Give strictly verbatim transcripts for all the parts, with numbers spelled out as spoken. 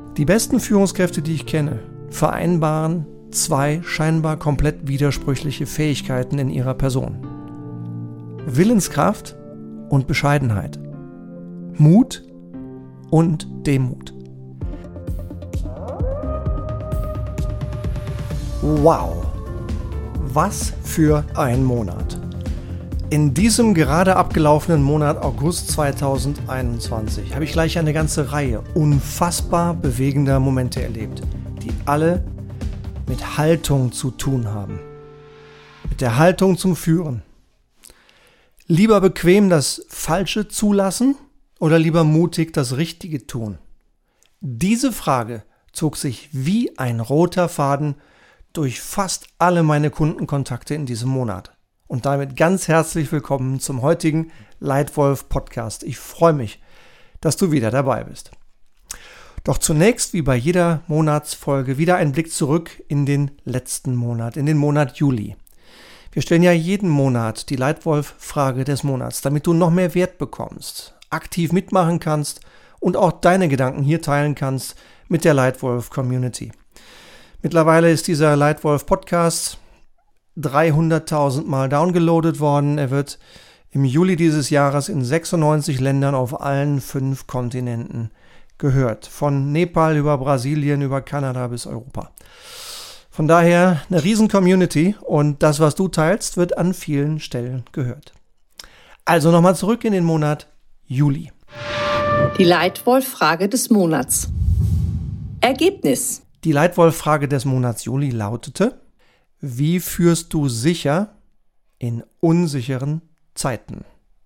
Die besten Führungskräfte, die ich kenne, vereinbaren zwei scheinbar komplett widersprüchliche Fähigkeiten in ihrer Person. Willenskraft und Bescheidenheit. Mut und Demut. Wow, was für ein Monat. In diesem gerade abgelaufenen Monat August zweitausendeinundzwanzig habe ich gleich eine ganze Reihe unfassbar bewegender Momente erlebt, die alle mit Haltung zu tun haben. Mit der Haltung zum Führen. Lieber bequem das Falsche zulassen oder lieber mutig das Richtige tun? Diese Frage zog sich wie ein roter Faden durch fast alle meine Kundenkontakte in diesem Monat. Und damit ganz herzlich willkommen zum heutigen Leitwolf Podcast. Ich freue mich, dass du wieder dabei bist. Doch zunächst, wie bei jeder Monatsfolge, wieder ein Blick zurück in den letzten Monat, in den Monat Juli. Wir stellen ja jeden Monat die Leitwolf-Frage des Monats, damit du noch mehr Wert bekommst, aktiv mitmachen kannst und auch deine Gedanken hier teilen kannst mit der Leitwolf-Community. Mittlerweile ist dieser Leitwolf-Podcast dreihunderttausend Mal downgeloadet worden. Er wird im Juli dieses Jahres in sechsundneunzig Ländern auf allen fünf Kontinenten gehört. Von Nepal über Brasilien, über Kanada bis Europa. Von daher eine riesen Community und das, was du teilst, wird an vielen Stellen gehört. Also nochmal zurück in den Monat Juli. Die Leitwolf-Frage des Monats. Ergebnis. Die Leitwolf-Frage des Monats Juli lautete: Wie führst du sicher in unsicheren Zeiten?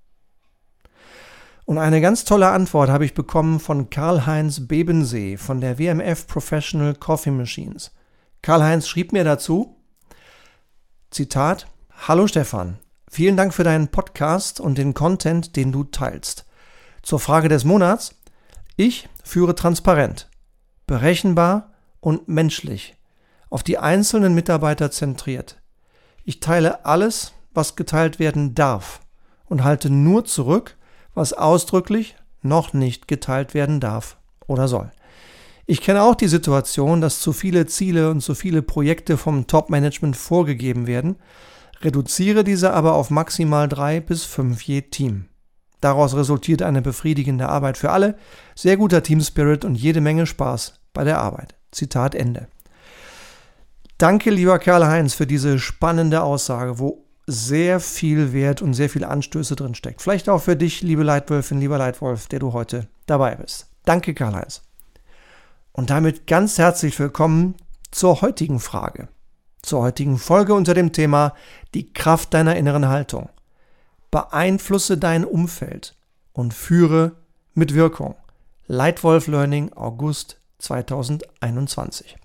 Und eine ganz tolle Antwort habe ich bekommen von Karl-Heinz Bebensee von der W M F Professional Coffee Machines. Karl-Heinz schrieb mir dazu, Zitat: Hallo Stefan, vielen Dank für deinen Podcast und den Content, den du teilst. Zur Frage des Monats: Ich führe transparent, berechenbar und menschlich, auf die einzelnen Mitarbeiter zentriert. Ich teile alles, was geteilt werden darf und halte nur zurück, was ausdrücklich noch nicht geteilt werden darf oder soll. Ich kenne auch die Situation, dass zu viele Ziele und zu viele Projekte vom Top-Management vorgegeben werden, reduziere diese aber auf maximal drei bis fünf je Team. Daraus resultiert eine befriedigende Arbeit für alle, sehr guter Teamspirit und jede Menge Spaß bei der Arbeit. Zitat Ende. Danke, lieber Karl-Heinz, für diese spannende Aussage, wo sehr viel Wert und sehr viele Anstöße drin steckt. Vielleicht auch für dich, liebe Leitwölfin, lieber Leitwolf, der du heute dabei bist. Danke, Karl-Heinz. Und damit ganz herzlich willkommen zur heutigen Frage, zur heutigen Folge unter dem Thema die Kraft deiner inneren Haltung. Beeinflusse dein Umfeld und führe mit Wirkung. Leitwolf Learning August zweitausendeinundzwanzig.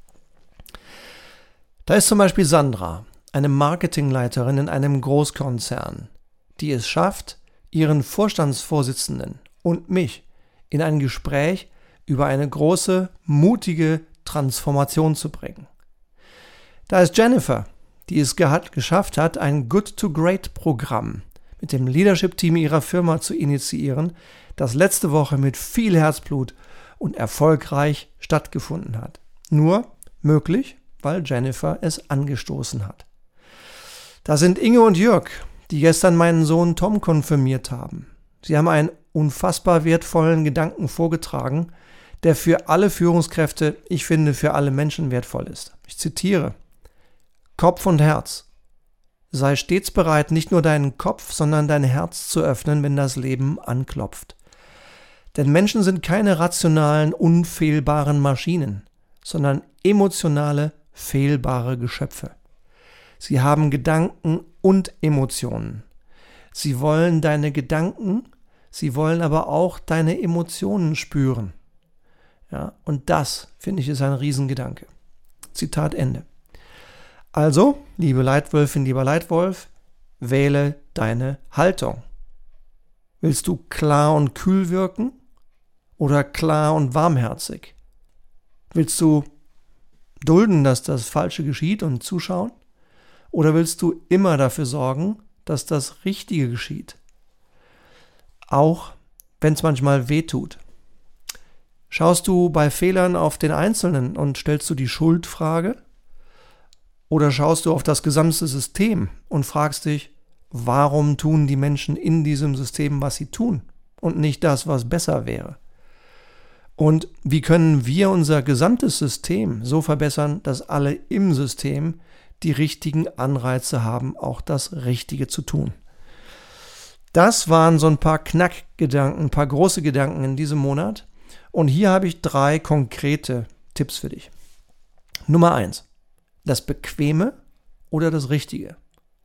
Da ist zum Beispiel Sandra, eine Marketingleiterin in einem Großkonzern, die es schafft, ihren Vorstandsvorsitzenden und mich in ein Gespräch über eine große, mutige Transformation zu bringen. Da ist Jennifer, die es geha- geschafft hat, ein Good-to-Great-Programm mit dem Leadership-Team ihrer Firma zu initiieren, das letzte Woche mit viel Herzblut und erfolgreich stattgefunden hat. Nur möglich, weil Jennifer es angestoßen hat. Da sind Inge und Jörg, die gestern meinen Sohn Tom konfirmiert haben. Sie haben einen unfassbar wertvollen Gedanken vorgetragen, der für alle Führungskräfte, ich finde, für alle Menschen wertvoll ist. Ich zitiere: Kopf und Herz. Sei stets bereit, nicht nur deinen Kopf, sondern dein Herz zu öffnen, wenn das Leben anklopft. Denn Menschen sind keine rationalen, unfehlbaren Maschinen, sondern emotionale, fehlbare Geschöpfe. Sie haben Gedanken und Emotionen. Sie wollen deine Gedanken, sie wollen aber auch deine Emotionen spüren. Ja, und das, finde ich, ist ein Riesengedanke. Zitat Ende. Also, liebe Leitwölfin, lieber Leitwolf, wähle deine Haltung. Willst du klar und kühl wirken oder klar und warmherzig? Willst du dulden, dass das Falsche geschieht und zuschauen? Oder willst du immer dafür sorgen, dass das Richtige geschieht? Auch wenn es manchmal weh tut. Schaust du bei Fehlern auf den Einzelnen und stellst du die Schuldfrage? Oder schaust du auf das gesamte System und fragst dich, warum tun die Menschen in diesem System, was sie tun und nicht das, was besser wäre? Und wie können wir unser gesamtes System so verbessern, dass alle im System die richtigen Anreize haben, auch das Richtige zu tun? Das waren so ein paar Knackgedanken, ein paar große Gedanken in diesem Monat. Und hier habe ich drei konkrete Tipps für dich. Nummer eins. Das Bequeme oder das Richtige?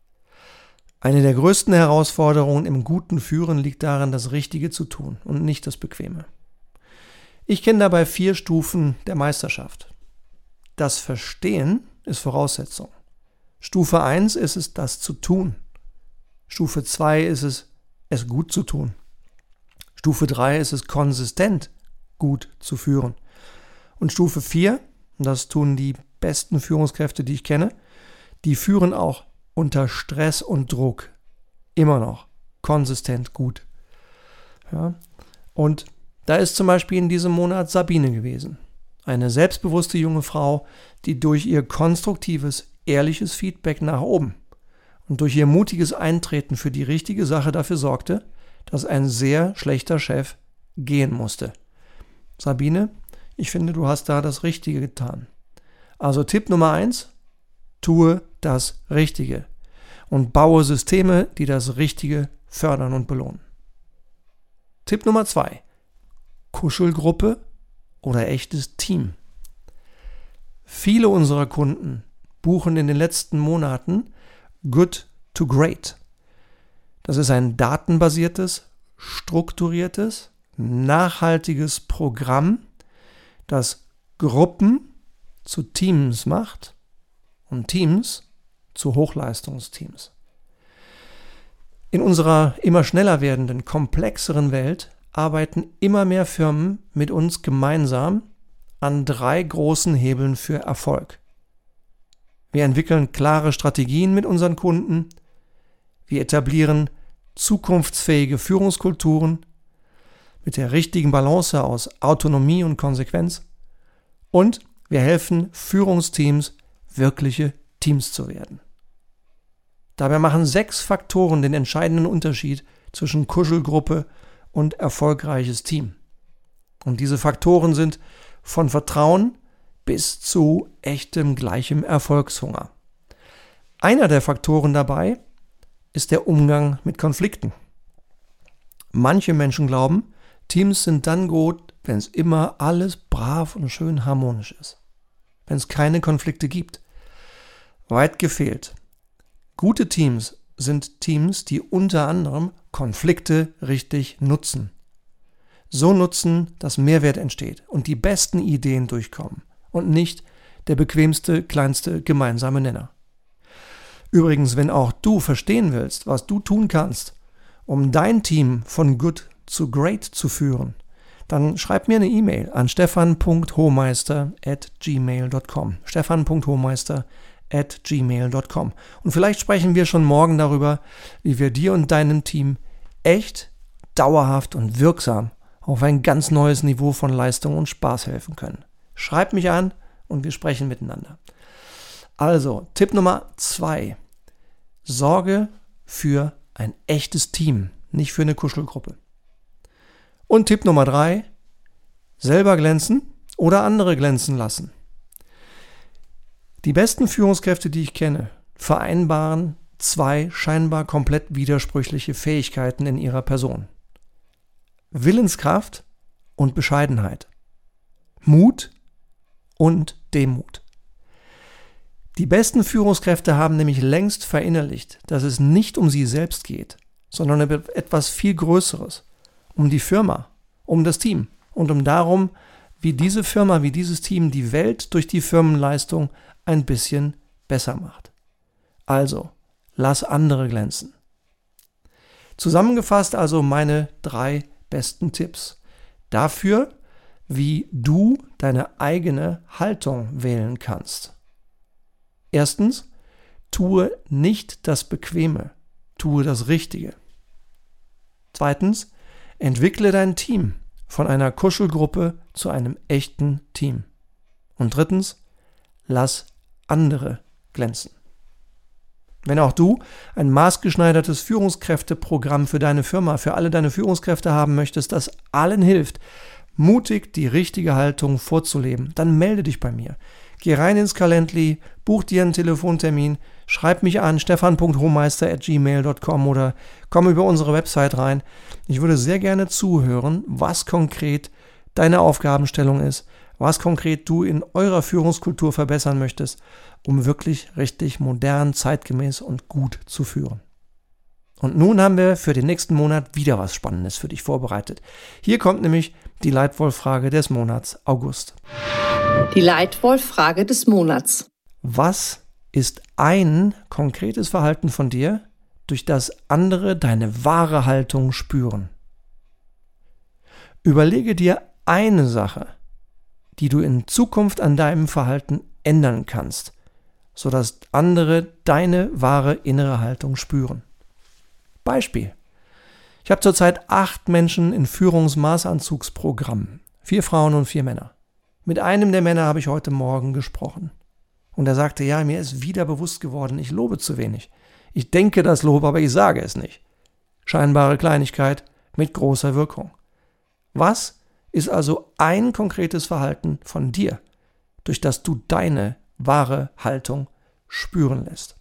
Eine der größten Herausforderungen im guten Führen liegt darin, das Richtige zu tun und nicht das Bequeme. Ich kenne dabei vier Stufen der Meisterschaft. Das Verstehen ist Voraussetzung. Stufe eins ist es, das zu tun. Stufe zwei ist es, es gut zu tun. Stufe drei ist es, konsistent gut zu führen. Und Stufe vier, das tun die besten Führungskräfte, die ich kenne, die führen auch unter Stress und Druck immer noch konsistent gut. Ja? Und da ist zum Beispiel in diesem Monat Sabine gewesen. Eine selbstbewusste junge Frau, die durch ihr konstruktives, ehrliches Feedback nach oben und durch ihr mutiges Eintreten für die richtige Sache dafür sorgte, dass ein sehr schlechter Chef gehen musste. Sabine, ich finde, du hast da das Richtige getan. Also Tipp Nummer eins, tue das Richtige und baue Systeme, die das Richtige fördern und belohnen. Tipp Nummer zwei, Kuschelgruppe oder echtes Team. Viele unserer Kunden buchen in den letzten Monaten Good to Great. Das ist ein datenbasiertes, strukturiertes, nachhaltiges Programm, das Gruppen zu Teams macht und Teams zu Hochleistungsteams. In unserer immer schneller werdenden, komplexeren Welt arbeiten immer mehr Firmen mit uns gemeinsam an drei großen Hebeln für Erfolg. Wir entwickeln klare Strategien mit unseren Kunden, wir etablieren zukunftsfähige Führungskulturen mit der richtigen Balance aus Autonomie und Konsequenz und wir helfen Führungsteams, wirkliche Teams zu werden. Dabei machen sechs Faktoren den entscheidenden Unterschied zwischen Kuschelgruppe und erfolgreiches Team. Und diese Faktoren sind von Vertrauen bis zu echtem gleichem Erfolgshunger. Einer der Faktoren dabei ist der Umgang mit Konflikten. Manche Menschen glauben, Teams sind dann gut, wenn es immer alles brav und schön harmonisch ist. Wenn es keine Konflikte gibt. Weit gefehlt. Gute Teams sind Teams, die unter anderem Konflikte richtig nutzen. So nutzen, dass Mehrwert entsteht und die besten Ideen durchkommen und nicht der bequemste, kleinste gemeinsame Nenner. Übrigens, wenn auch du verstehen willst, was du tun kannst, um dein Team von Good zu Great zu führen, dann schreib mir eine E-Mail an stefan punkt hohmeister at gmail punkt com. stefan punkt hohmeister at gmail punkt com. Und vielleicht sprechen wir schon morgen darüber, wie wir dir und deinem Team echt, dauerhaft und wirksam auf ein ganz neues Niveau von Leistung und Spaß helfen können. Schreib mich an und wir sprechen miteinander. Also, Tipp Nummer zwei. Sorge für ein echtes Team, nicht für eine Kuschelgruppe. Und Tipp Nummer drei. Selber glänzen oder andere glänzen lassen. Die besten Führungskräfte, die ich kenne, vereinbaren zwei scheinbar komplett widersprüchliche Fähigkeiten in ihrer Person. Willenskraft und Bescheidenheit. Mut und Demut. Die besten Führungskräfte haben nämlich längst verinnerlicht, dass es nicht um sie selbst geht, sondern um etwas viel Größeres, um die Firma, um das Team und um darum, wie diese Firma, wie dieses Team die Welt durch die Firmenleistung ein bisschen besser macht. Also, lass andere glänzen. Zusammengefasst also meine drei besten Tipps dafür, wie du deine eigene Haltung wählen kannst. Erstens, tue nicht das Bequeme, tue das Richtige. Zweitens, entwickle dein Team von einer Kuschelgruppe zu einem echten Team. Und drittens, lass andere glänzen. Wenn auch du ein maßgeschneidertes Führungskräfteprogramm für deine Firma, für alle deine Führungskräfte haben möchtest, das allen hilft, mutig die richtige Haltung vorzuleben, dann melde dich bei mir. Geh rein ins Calendly, buch dir einen Telefontermin, schreib mich an, stefan punkt hohmeister at gmail punkt com oder komm über unsere Website rein. Ich würde sehr gerne zuhören, was konkret deine Aufgabenstellung ist, was konkret du in eurer Führungskultur verbessern möchtest, um wirklich richtig modern, zeitgemäß und gut zu führen. Und nun haben wir für den nächsten Monat wieder was Spannendes für dich vorbereitet. Hier kommt nämlich die Leitwolf-Frage des Monats August. Die Leitwolf-Frage des Monats. Was ist ein konkretes Verhalten von dir, durch das andere deine wahre Haltung spüren? Überlege dir eine Sache, die du in Zukunft an deinem Verhalten ändern kannst, sodass andere deine wahre innere Haltung spüren. Beispiel. Ich habe zurzeit acht Menschen in Führungsmaßanzugsprogrammen. Vier Frauen und vier Männer. Mit einem der Männer habe ich heute Morgen gesprochen. Und er sagte, ja, mir ist wieder bewusst geworden, ich lobe zu wenig. Ich denke das Lob, aber ich sage es nicht. Scheinbare Kleinigkeit mit großer Wirkung. Was ist also ein konkretes Verhalten von dir, durch das du deine wahre Haltung spüren lässt?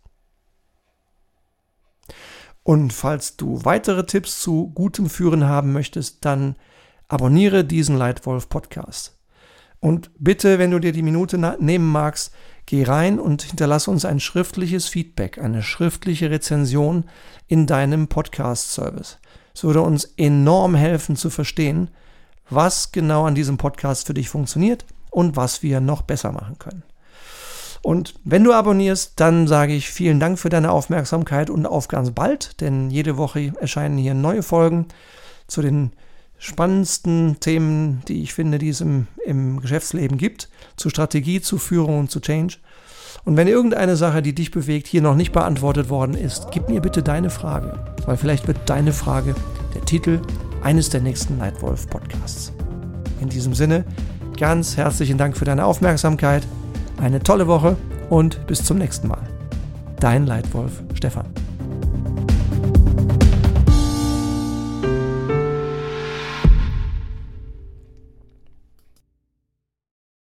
Und falls du weitere Tipps zu gutem Führen haben möchtest, dann abonniere diesen Leitwolf-Podcast. Und bitte, wenn du dir die Minute nehmen magst, geh rein und hinterlasse uns ein schriftliches Feedback, eine schriftliche Rezension in deinem Podcast-Service. Es würde uns enorm helfen zu verstehen, was genau an diesem Podcast für dich funktioniert und was wir noch besser machen können. Und wenn du abonnierst, dann sage ich vielen Dank für deine Aufmerksamkeit und auf ganz bald, denn jede Woche erscheinen hier neue Folgen zu den spannendsten Themen, die ich finde, die es im, im Geschäftsleben gibt, zu Strategie, zu Führung und zu Change. Und wenn irgendeine Sache, die dich bewegt, hier noch nicht beantwortet worden ist, gib mir bitte deine Frage, weil vielleicht wird deine Frage der Titel eines der nächsten Leitwolf-Podcasts. In diesem Sinne, ganz herzlichen Dank für deine Aufmerksamkeit. Eine tolle Woche und bis zum nächsten Mal. Dein Leitwolf Stefan.